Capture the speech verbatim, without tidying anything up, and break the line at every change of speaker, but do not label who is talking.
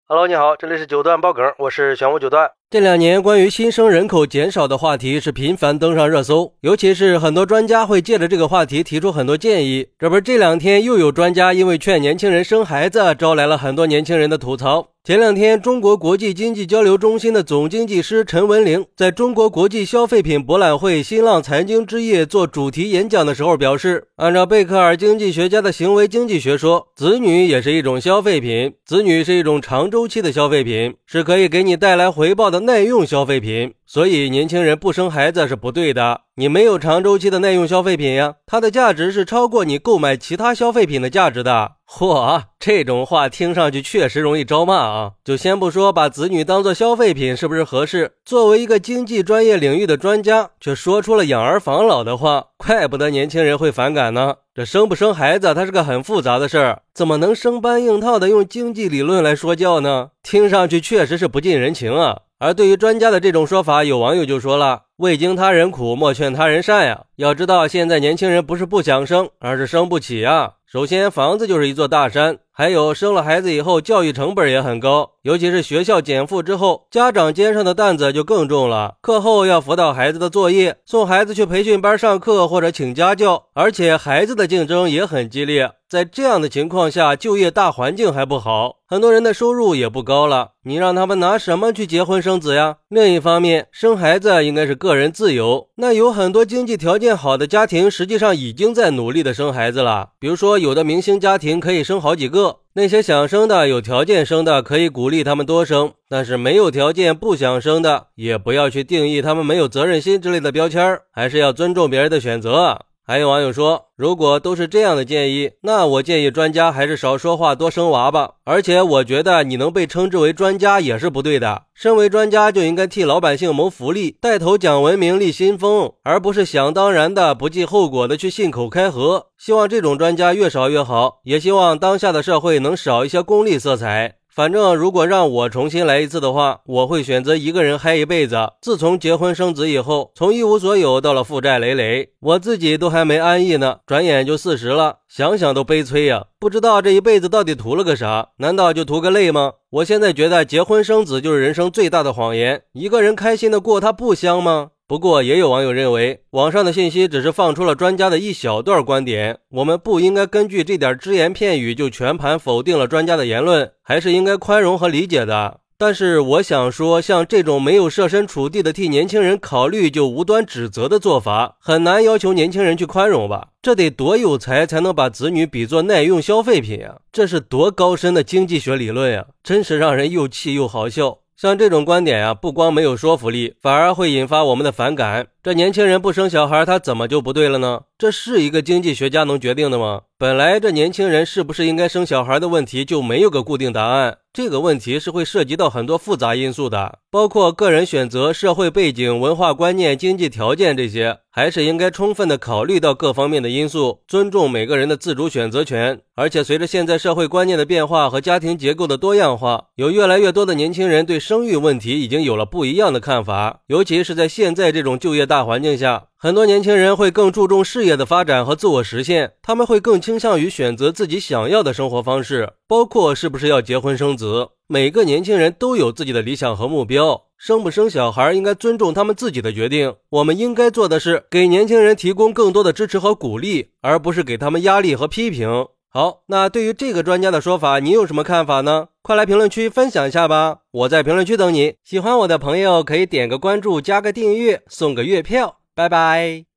Hello， 你好，这里是九段爆梗，我是玄武九段。
这两年关于新生人口减少的话题是频繁登上热搜，尤其是很多专家会借着这个话题提出很多建议。这不是这两天又有专家因为劝年轻人生孩子，招来了很多年轻人的吐槽。前两天，中国国际经济交流中心的总经济师陈文玲在中国国际消费品博览会新浪财经之夜做主题演讲的时候表示，按照贝克尔经济学家的行为经济学说，子女也是一种消费品，子女是一种长周期的消费品，是可以给你带来回报的耐用消费品。所以年轻人不生孩子是不对的，你没有长周期的耐用消费品呀，它的价值是超过你购买其他消费品的价值的。嚯，这种话听上去确实容易招骂啊！就先不说把子女当作消费品是不是合适，作为一个经济专业领域的专家，却说出了养儿防老的话，怪不得年轻人会反感呢。这生不生孩子它是个很复杂的事儿，怎么能生搬硬套的用经济理论来说教呢？听上去确实是不近人情啊。而对于专家的这种说法，有网友就说了，未经他人苦，莫劝他人善呀。要知道现在年轻人不是不想生，而是生不起啊。首先房子就是一座大山，还有生了孩子以后教育成本也很高，尤其是学校减负之后，家长肩上的担子就更重了。课后要辅导孩子的作业，送孩子去培训班上课或者请家教，而且孩子的竞争也很激烈。在这样的情况下，就业大环境还不好，很多人的收入也不高了，你让他们拿什么去结婚生子呀？另一方面，生孩子应该是个人自由，那有很多经济条件好的家庭实际上已经在努力的生孩子了，比如说有的明星家庭可以生好几个，那些想生的有条件生的可以鼓励他们多生，但是没有条件不想生的也不要去定义他们没有责任心之类的标签，还是要尊重别人的选择。还有网友说，如果都是这样的建议，那我建议专家还是少说话多生娃吧。而且我觉得你能被称之为专家也是不对的，身为专家就应该替老百姓谋福利，带头讲文明立新风，而不是想当然的不计后果的去信口开河。希望这种专家越少越好，也希望当下的社会能少一些功利色彩。反正如果让我重新来一次的话，我会选择一个人嗨一辈子。自从结婚生子以后，从一无所有到了负债累累，我自己都还没安逸呢，转眼就四十了，想想都悲催呀。不知道这一辈子到底图了个啥？难道就图个累吗？我现在觉得结婚生子就是人生最大的谎言，一个人开心的过，它不香吗？不过也有网友认为，网上的信息只是放出了专家的一小段观点，我们不应该根据这点只言片语就全盘否定了专家的言论，还是应该宽容和理解的。但是我想说，像这种没有设身处地的替年轻人考虑就无端指责的做法，很难要求年轻人去宽容吧？这得多有才才能把子女比作耐用消费品啊？这是多高深的经济学理论呀！真是让人又气又好笑。像这种观点呀、啊，不光没有说服力，反而会引发我们的反感。这年轻人不生小孩，他怎么就不对了呢？这是一个经济学家能决定的吗？本来这年轻人是不是应该生小孩的问题就没有个固定答案，这个问题是会涉及到很多复杂因素的，包括个人选择、社会背景、文化观念、经济条件这些，还是应该充分的考虑到各方面的因素，尊重每个人的自主选择权。而且随着现在社会观念的变化和家庭结构的多样化，有越来越多的年轻人对生育问题已经有了不一样的看法，尤其是在现在这种就业大环境下，很多年轻人会更注重事业的发展和自我实现，他们会更倾向于选择自己想要的生活方式，包括是不是要结婚生子。每个年轻人都有自己的理想和目标，生不生小孩应该尊重他们自己的决定。我们应该做的是给年轻人提供更多的支持和鼓励，而不是给他们压力和批评。好，那对于这个专家的说法，你有什么看法呢？快来评论区分享一下吧，我在评论区等你。喜欢我的朋友可以点个关注，加个订阅，送个月票。拜拜。